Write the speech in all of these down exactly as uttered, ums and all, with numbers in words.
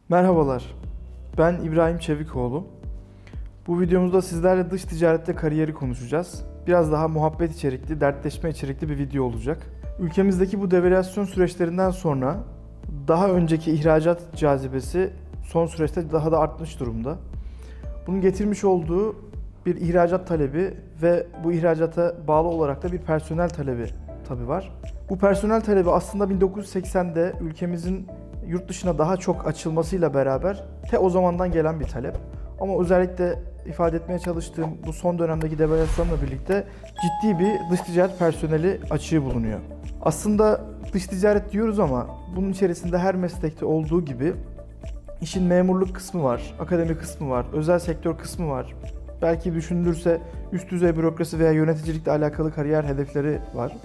Merhabalar, ben İbrahim Çevikoğlu. Bu videomuzda sizlerle dış ticarette kariyeri konuşacağız. Biraz daha muhabbet içerikli, dertleşme içerikli bir video olacak. Ülkemizdeki bu devalüasyon süreçlerinden sonra daha önceki ihracat cazibesi son süreçte daha da artmış durumda. Bunun getirmiş olduğu bir ihracat talebi ve bu ihracata bağlı olarak da bir personel talebi tabii var. Bu personel talebi aslında bin dokuz yüz seksende ülkemizin yurt dışına daha çok açılmasıyla beraber te o zamandan gelen bir talep. Ama özellikle ifade etmeye çalıştığım bu son dönemdeki devalüasyonla birlikte ciddi bir dış ticaret personeli açığı bulunuyor. Aslında dış ticaret diyoruz ama bunun içerisinde her meslekte olduğu gibi işin memurluk kısmı var, akademi kısmı var, özel sektör kısmı var. Belki düşünülürse üst düzey bürokrasi veya yöneticilikle alakalı kariyer hedefleri var.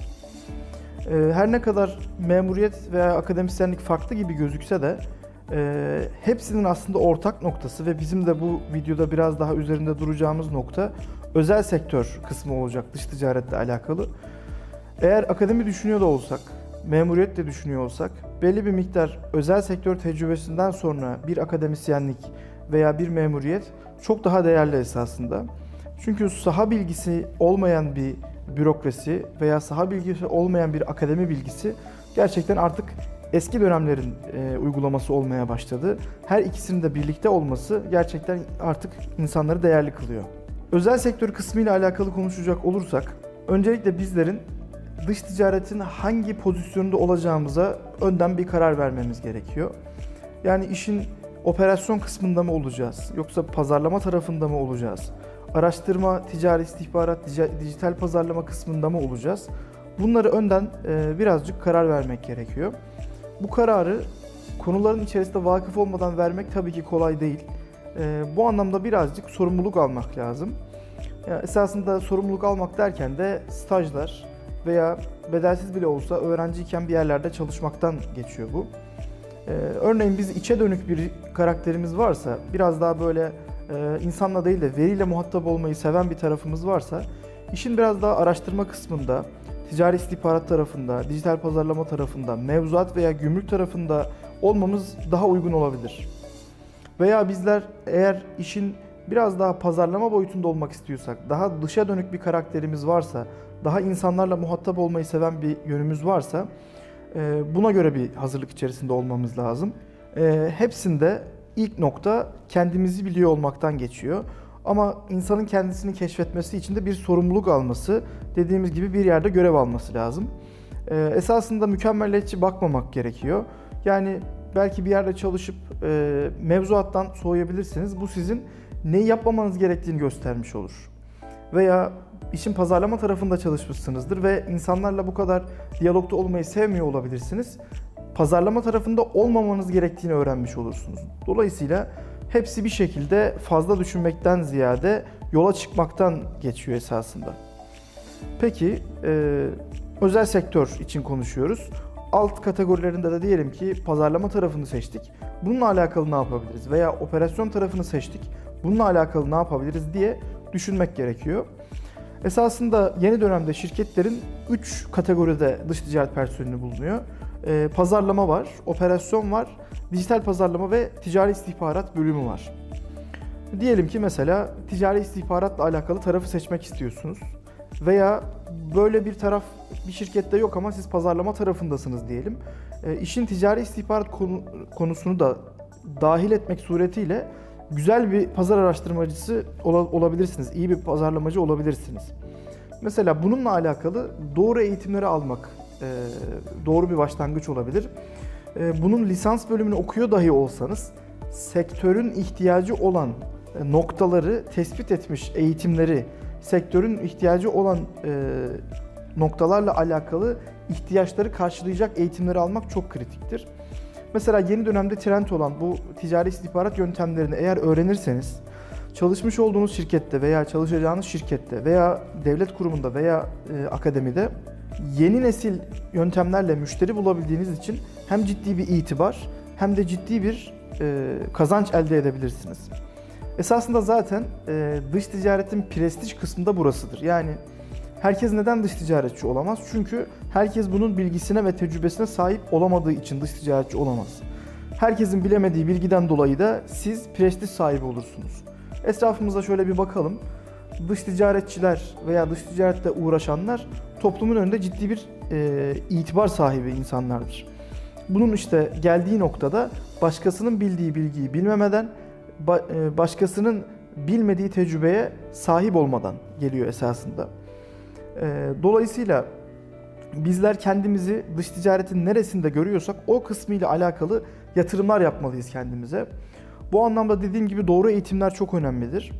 Her ne kadar memuriyet veya akademisyenlik farklı gibi gözükse de e, hepsinin aslında ortak noktası ve bizim de bu videoda biraz daha üzerinde duracağımız nokta özel sektör kısmı olacak dış ticaretle alakalı. Eğer akademi düşünüyor da olsak, memuriyet de düşünüyor olsak belli bir miktar özel sektör tecrübesinden sonra bir akademisyenlik veya bir memuriyet çok daha değerli esasında. Çünkü saha bilgisi olmayan bir bürokrasi veya saha bilgisi olmayan bir akademi bilgisi gerçekten artık eski dönemlerin e, uygulaması olmaya başladı. Her ikisinin de birlikte olması gerçekten artık insanları değerli kılıyor. Özel sektör kısmı ile alakalı konuşacak olursak, öncelikle bizlerin dış ticaretin hangi pozisyonda olacağımıza önden bir karar vermemiz gerekiyor. Yani işin operasyon kısmında mı olacağız, yoksa pazarlama tarafında mı olacağız? Araştırma, ticari istihbarat, dijital pazarlama kısmında mı olacağız? Bunları önden e, birazcık karar vermek gerekiyor. Bu kararı konuların içerisinde vakıf olmadan vermek tabii ki kolay değil. E, bu anlamda birazcık sorumluluk almak lazım. Yani esasında sorumluluk almak derken de stajlar veya bedelsiz bile olsa öğrenciyken bir yerlerde çalışmaktan geçiyor bu. E, örneğin biz içe dönük bir karakterimiz varsa, biraz daha böyle insanla değil de veriyle muhatap olmayı seven bir tarafımız varsa, işin biraz daha araştırma kısmında, ticari istihbarat tarafında, dijital pazarlama tarafında, mevzuat veya gümrük tarafında olmamız daha uygun olabilir. Veya bizler eğer işin biraz daha pazarlama boyutunda olmak istiyorsak, daha dışa dönük bir karakterimiz varsa, daha insanlarla muhatap olmayı seven bir yönümüz varsa buna göre bir hazırlık içerisinde olmamız lazım. Hepsinde İlk nokta kendimizi biliyor olmaktan geçiyor. Ama insanın kendisini keşfetmesi için de bir sorumluluk alması, dediğimiz gibi bir yerde görev alması lazım. Ee, esasında mükemmeliyetçi bakmamak gerekiyor. Yani belki bir yerde çalışıp e, mevzuattan soğuyabilirsiniz. Bu sizin neyi yapmamanız gerektiğini göstermiş olur. Veya işin pazarlama tarafında çalışmışsınızdır ve insanlarla bu kadar diyalogda olmayı sevmiyor olabilirsiniz. Pazarlama tarafında olmamanız gerektiğini öğrenmiş olursunuz. Dolayısıyla hepsi bir şekilde fazla düşünmekten ziyade yola çıkmaktan geçiyor esasında. Peki e, özel sektör için konuşuyoruz. Alt kategorilerinde de diyelim ki pazarlama tarafını seçtik. Bununla alakalı ne yapabiliriz? Veya operasyon tarafını seçtik. Bununla alakalı ne yapabiliriz diye düşünmek gerekiyor. Esasında yeni dönemde şirketlerin üç kategoride dış ticaret personeli bulunuyor. Ee, pazarlama var, operasyon var, dijital pazarlama ve ticari istihbarat bölümü var. Diyelim ki mesela ticari istihbaratla alakalı tarafı seçmek istiyorsunuz veya böyle bir taraf bir şirkette yok ama siz pazarlama tarafındasınız diyelim. Ee, işin ticari istihbarat konu, konusunu da dahil etmek suretiyle güzel bir pazar araştırmacısı olabilirsiniz, iyi bir pazarlamacı olabilirsiniz. Mesela bununla alakalı doğru eğitimleri almak doğru bir başlangıç olabilir. Bunun lisans bölümünü okuyor dahi olsanız, sektörün ihtiyacı olan noktaları tespit etmiş eğitimleri, sektörün ihtiyacı olan noktalarla alakalı ihtiyaçları karşılayacak eğitimleri almak çok kritiktir. Mesela yeni dönemde trend olan bu ticari istihbarat yöntemlerini eğer öğrenirseniz, çalışmış olduğunuz şirkette veya çalışacağınız şirkette veya devlet kurumunda veya e, akademide yeni nesil yöntemlerle müşteri bulabildiğiniz için hem ciddi bir itibar hem de ciddi bir e, kazanç elde edebilirsiniz. Esasında zaten e, dış ticaretin prestij kısmı da burasıdır. Yani herkes neden dış ticaretçi olamaz? Çünkü herkes bunun bilgisine ve tecrübesine sahip olamadığı için dış ticaretçi olamaz. Herkesin bilemediği bilgiden dolayı da siz prestij sahibi olursunuz. Etrafımıza şöyle bir bakalım. Dış ticaretçiler veya dış ticaretle uğraşanlar toplumun önünde ciddi bir e, itibar sahibi insanlardır. Bunun işte geldiği noktada başkasının bildiği bilgiyi bilmemeden, ba, e, başkasının bilmediği tecrübeye sahip olmadan geliyor esasında. E, dolayısıyla bizler kendimizi dış ticaretin neresinde görüyorsak o kısmıyla alakalı yatırımlar yapmalıyız kendimize. Bu anlamda dediğim gibi doğru eğitimler çok önemlidir.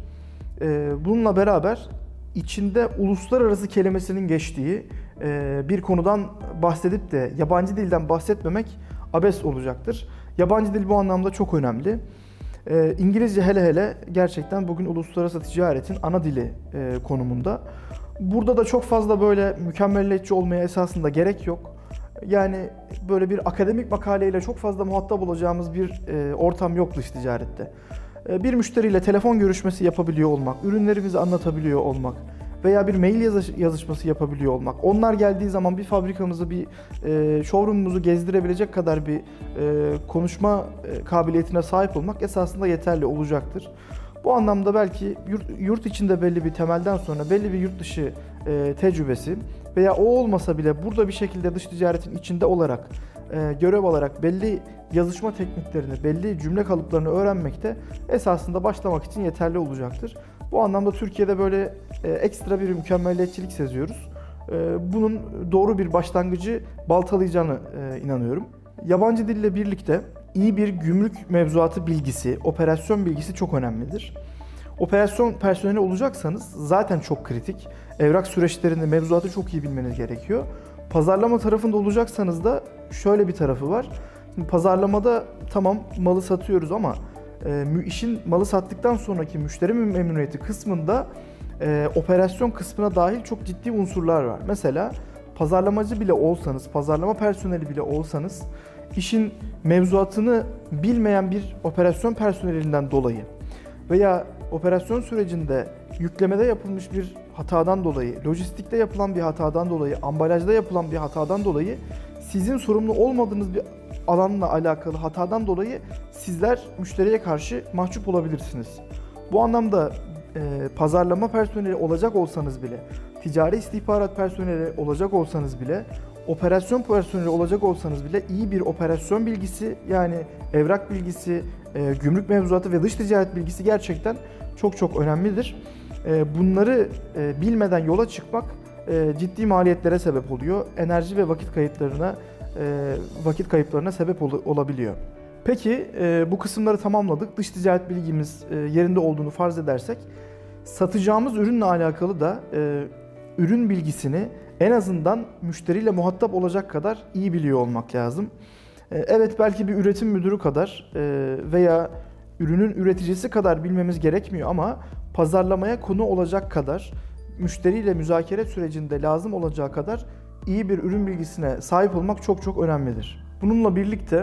Bununla beraber içinde uluslararası kelimesinin geçtiği bir konudan bahsedip de yabancı dilden bahsetmemek abes olacaktır. Yabancı dil bu anlamda çok önemli. İngilizce hele hele gerçekten bugün uluslararası ticaretin ana dili konumunda. Burada da çok fazla böyle mükemmeliyetçi olmaya esasında gerek yok. Yani böyle bir akademik makaleyle çok fazla muhatap olacağımız bir ortam yok dış ticarette. Bir müşteriyle telefon görüşmesi yapabiliyor olmak, ürünlerimizi anlatabiliyor olmak veya bir mail yazış yazışması yapabiliyor olmak, onlar geldiği zaman bir fabrikamızı, bir e, showroom'umuzu gezdirebilecek kadar bir e, konuşma e, kabiliyetine sahip olmak esasında yeterli olacaktır. Bu anlamda belki yurt, yurt içinde belli bir temelden sonra belli bir yurt dışı e, tecrübesi veya o olmasa bile burada bir şekilde dış ticaretin içinde olarak, e, görev alarak belli yazışma tekniklerini, belli cümle kalıplarını öğrenmekte esasında başlamak için yeterli olacaktır. Bu anlamda Türkiye'de böyle e, ekstra bir mükemmeliyetçilik seziyoruz. E, bunun doğru bir başlangıcı baltalayacağını e, inanıyorum. Yabancı dille birlikte iyi bir gümrük mevzuatı bilgisi, operasyon bilgisi çok önemlidir. Operasyon personeli olacaksanız zaten çok kritik. Evrak süreçlerini, mevzuatı çok iyi bilmeniz gerekiyor. Pazarlama tarafında olacaksanız da şöyle bir tarafı var. Şimdi pazarlamada tamam malı satıyoruz ama e, işin malı sattıktan sonraki müşteri memnuniyeti kısmında e, operasyon kısmına dahil çok ciddi unsurlar var. Mesela pazarlamacı bile olsanız, pazarlama personeli bile olsanız işin mevzuatını bilmeyen bir operasyon personelinden dolayı veya operasyon sürecinde yüklemede yapılmış bir hatadan dolayı, lojistikte yapılan bir hatadan dolayı, ambalajda yapılan bir hatadan dolayı sizin sorumlu olmadığınız bir alanla alakalı hatadan dolayı sizler müşteriye karşı mahcup olabilirsiniz. Bu anlamda e, pazarlama personeli olacak olsanız bile, ticari istihbarat personeli olacak olsanız bile, operasyon personeli olacak olsanız bile iyi bir operasyon bilgisi, yani evrak bilgisi, e, gümrük mevzuatı ve dış ticaret bilgisi gerçekten çok çok önemlidir. E, bunları e, bilmeden yola çıkmak e, ciddi maliyetlere sebep oluyor. Enerji ve vakit kayıplarına e, vakit kayıplarına sebep ol olabiliyor. Peki e, bu kısımları tamamladık. Dış ticaret bilgimiz e, yerinde olduğunu farz edersek, satacağımız ürünle alakalı da e, ürün bilgisini en azından müşteriyle muhatap olacak kadar iyi biliyor olmak lazım. Evet, belki bir üretim müdürü kadar veya ürünün üreticisi kadar bilmemiz gerekmiyor ama pazarlamaya konu olacak kadar, müşteriyle müzakere sürecinde lazım olacağı kadar iyi bir ürün bilgisine sahip olmak çok çok önemlidir. Bununla birlikte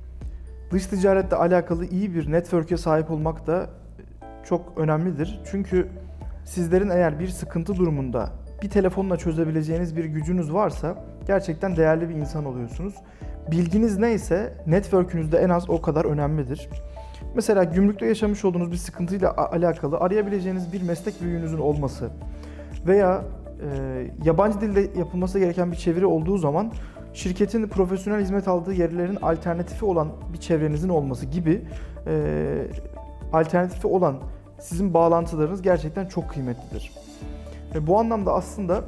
dış ticaretle alakalı iyi bir network'e sahip olmak da çok önemlidir. Çünkü sizlerin eğer bir sıkıntı durumunda bir telefonla çözebileceğiniz bir gücünüz varsa gerçekten değerli bir insan oluyorsunuz. Bilginiz neyse network'ünüz de en az o kadar önemlidir. Mesela gümrükte yaşamış olduğunuz bir sıkıntıyla alakalı arayabileceğiniz bir meslek büyüğünüzün olması veya e, yabancı dilde yapılması gereken bir çeviri olduğu zaman şirketin profesyonel hizmet aldığı yerlerin alternatifi olan bir çevrenizin olması gibi e, alternatifi olan sizin bağlantılarınız gerçekten çok kıymetlidir. Ve bu anlamda aslında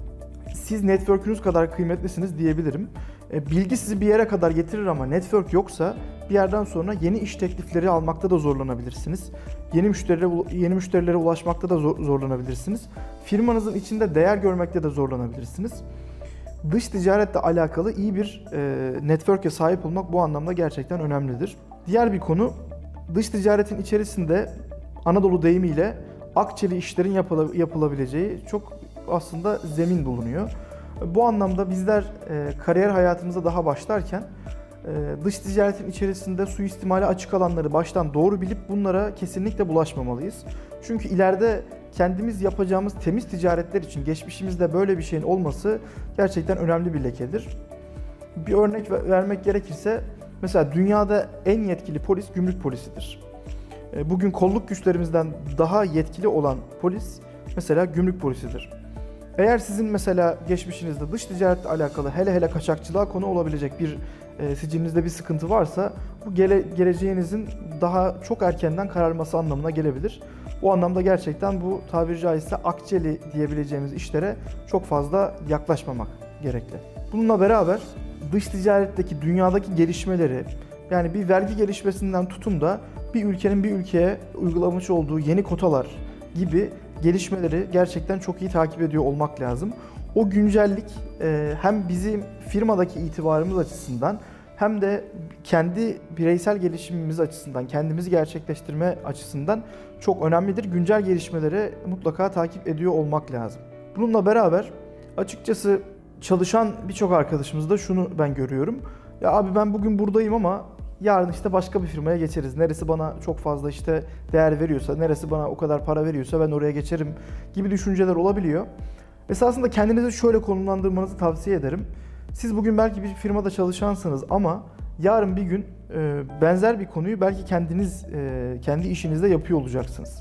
siz network'ünüz kadar kıymetlisiniz diyebilirim. Bilgi sizi bir yere kadar getirir ama network yoksa bir yerden sonra yeni iş teklifleri almakta da zorlanabilirsiniz. Yeni müşterilere, yeni müşterilere ulaşmakta da zorlanabilirsiniz. Firmanızın içinde değer görmekte de zorlanabilirsiniz. Dış ticaretle alakalı iyi bir e, network'e sahip olmak bu anlamda gerçekten önemlidir. Diğer bir konu, dış ticaretin içerisinde Anadolu deyimiyle akçeli işlerin yapıla, yapılabileceği çok aslında zemin bulunuyor. Bu anlamda bizler e, kariyer hayatımıza daha başlarken e, dış ticaretin içerisinde suistimale açık alanları baştan doğru bilip bunlara kesinlikle bulaşmamalıyız. Çünkü ileride kendimiz yapacağımız temiz ticaretler için geçmişimizde böyle bir şeyin olması gerçekten önemli bir lekedir. Bir örnek vermek gerekirse Mesela dünyada en yetkili polis gümrük polisidir. Bugün kolluk güçlerimizden daha yetkili olan polis mesela gümrük polisidir. Eğer sizin mesela geçmişinizde dış ticaretle alakalı hele hele kaçakçılığa konu olabilecek bir e, sicilinizde bir sıkıntı varsa bu gele, geleceğinizin daha çok erkenden kararması anlamına gelebilir. O anlamda gerçekten bu tabiri caizse akçeli diyebileceğimiz işlere çok fazla yaklaşmamak gerekli. Bununla beraber dış ticaretteki dünyadaki gelişmeleri, yani bir vergi gelişmesinden tutun da bir ülkenin bir ülkeye uygulamış olduğu yeni kotalar gibi gelişmeleri gerçekten çok iyi takip ediyor olmak lazım. O güncellik hem bizim firmadaki itibarımız açısından hem de kendi bireysel gelişimimiz açısından, kendimizi gerçekleştirme açısından çok önemlidir. Güncel gelişmeleri mutlaka takip ediyor olmak lazım. Bununla beraber açıkçası çalışan birçok arkadaşımızda şunu ben görüyorum. Ya abi ben bugün buradayım ama yarın işte başka bir firmaya geçeriz. Neresi bana çok fazla işte değer veriyorsa, neresi bana o kadar para veriyorsa ben oraya geçerim gibi düşünceler olabiliyor. Esasında kendinizi şöyle konumlandırmanızı tavsiye ederim. Siz bugün belki bir firmada çalışansınız ama yarın bir gün e, benzer bir konuyu belki kendiniz e, kendi işinizde yapıyor olacaksınız.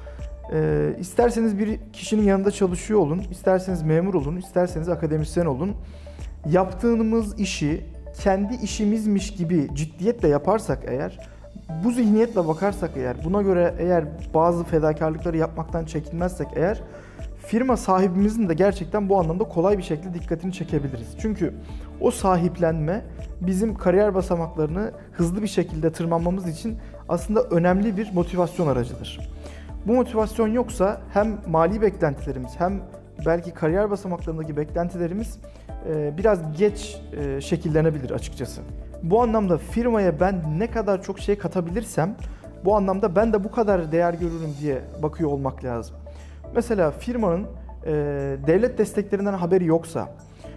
E, isterseniz bir kişinin yanında çalışıyor olun, isterseniz memur olun, isterseniz akademisyen olun. Yaptığımız işi kendi işimizmiş gibi ciddiyetle yaparsak eğer, bu zihniyetle bakarsak eğer, buna göre eğer bazı fedakarlıkları yapmaktan çekinmezsek eğer, firma sahibimizin de gerçekten bu anlamda kolay bir şekilde dikkatini çekebiliriz. Çünkü o sahiplenme bizim kariyer basamaklarını hızlı bir şekilde tırmanmamız için aslında önemli bir motivasyon aracıdır. Bu motivasyon yoksa hem mali beklentilerimiz hem belki kariyer basamaklarındaki beklentilerimiz biraz geç şekillenebilir açıkçası. Bu anlamda firmaya ben ne kadar çok şey katabilirsem bu anlamda ben de bu kadar değer görürüm diye bakıyor olmak lazım. Mesela firmanın devlet desteklerinden haberi yoksa,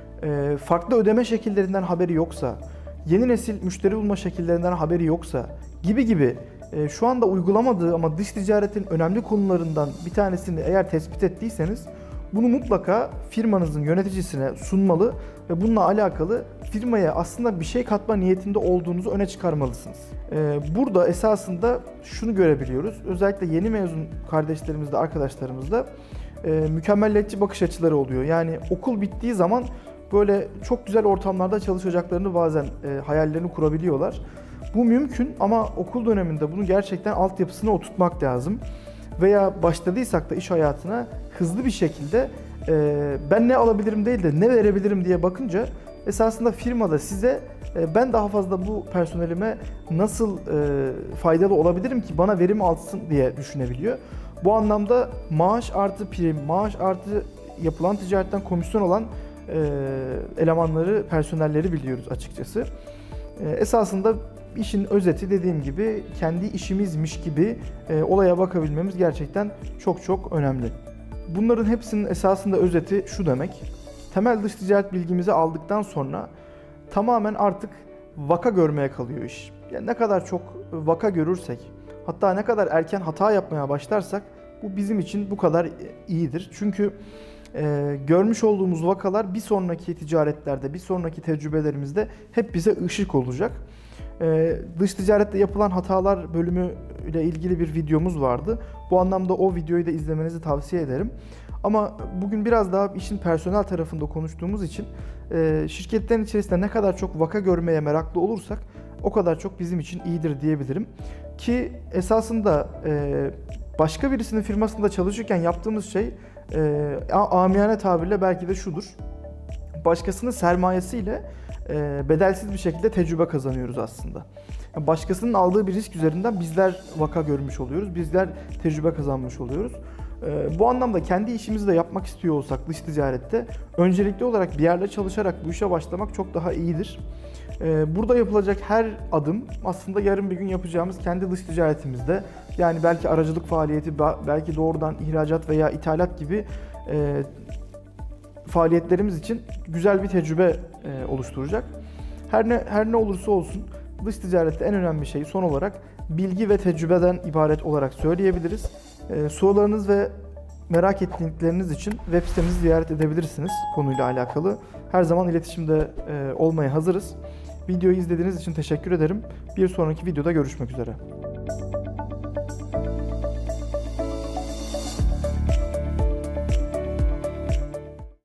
farklı ödeme şekillerinden haberi yoksa, yeni nesil müşteri bulma şekillerinden haberi yoksa gibi gibi şu anda uygulamadığı ama dış ticaretin önemli konularından bir tanesini eğer tespit ettiyseniz bunu mutlaka firmanızın yöneticisine sunmalı ve bununla alakalı firmaya aslında bir şey katma niyetinde olduğunuzu öne çıkarmalısınız. Burada esasında şunu görebiliyoruz. Özellikle yeni mezun kardeşlerimizde, arkadaşlarımızda mükemmeliyetçi bakış açıları oluyor. Yani okul bittiği zaman böyle çok güzel ortamlarda çalışacaklarını bazen hayallerini kurabiliyorlar. Bu mümkün ama okul döneminde bunu gerçekten altyapısına oturtmak lazım. Veya başladıysak da iş hayatına hızlı bir şekilde e, ben ne alabilirim değil de ne verebilirim diye bakınca esasında firmada size e, ben daha fazla bu personelime nasıl e, faydalı olabilirim ki bana verim alsın diye düşünebiliyor. Bu anlamda maaş artı prim, maaş artı yapılan ticaretten komisyon olan e, elemanları, personelleri biliyoruz açıkçası. E, esasında İşin özeti dediğim gibi kendi işimizmiş gibi e, olaya bakabilmemiz gerçekten çok çok önemli. Bunların hepsinin esasında özeti şu demek. Temel dış ticaret bilgimizi aldıktan sonra tamamen artık vaka görmeye kalıyor iş. Yani ne kadar çok vaka görürsek, hatta ne kadar erken hata yapmaya başlarsak bu bizim için bu kadar iyidir. Çünkü e, görmüş olduğumuz vakalar bir sonraki ticaretlerde, bir sonraki tecrübelerimizde hep bize ışık olacak. Ee, dış ticarette yapılan hatalar bölümü ile ilgili bir videomuz vardı. Bu anlamda o videoyu da izlemenizi tavsiye ederim. Ama bugün biraz daha işin personel tarafında konuştuğumuz için e, şirketlerin içerisinde ne kadar çok vaka görmeye meraklı olursak o kadar çok bizim için iyidir diyebilirim. Ki esasında e, başka birisinin firmasında çalışırken yaptığımız şey e, amiyane tabirle belki de şudur. Başkasının sermayesiyle bedelsiz bir şekilde tecrübe kazanıyoruz aslında. Yani başkasının aldığı bir risk üzerinden bizler vaka görmüş oluyoruz, bizler tecrübe kazanmış oluyoruz. Bu anlamda kendi işimizi de yapmak istiyor olsak dış ticarette öncelikli olarak bir yerde çalışarak bu işe başlamak çok daha iyidir. Burada yapılacak her adım aslında yarın bir gün yapacağımız kendi dış ticaretimizde, yani belki aracılık faaliyeti, belki doğrudan ihracat veya ithalat gibi faaliyetlerimiz için güzel bir tecrübe e, oluşturacak. Her ne her ne olursa olsun dış ticarette en önemli şey son olarak bilgi ve tecrübeden ibaret olarak söyleyebiliriz. E, sorularınız ve merak ettikleriniz için web sitemizi ziyaret edebilirsiniz konuyla alakalı. Her zaman iletişimde e, olmaya hazırız. Videoyu izlediğiniz için teşekkür ederim. Bir sonraki videoda görüşmek üzere.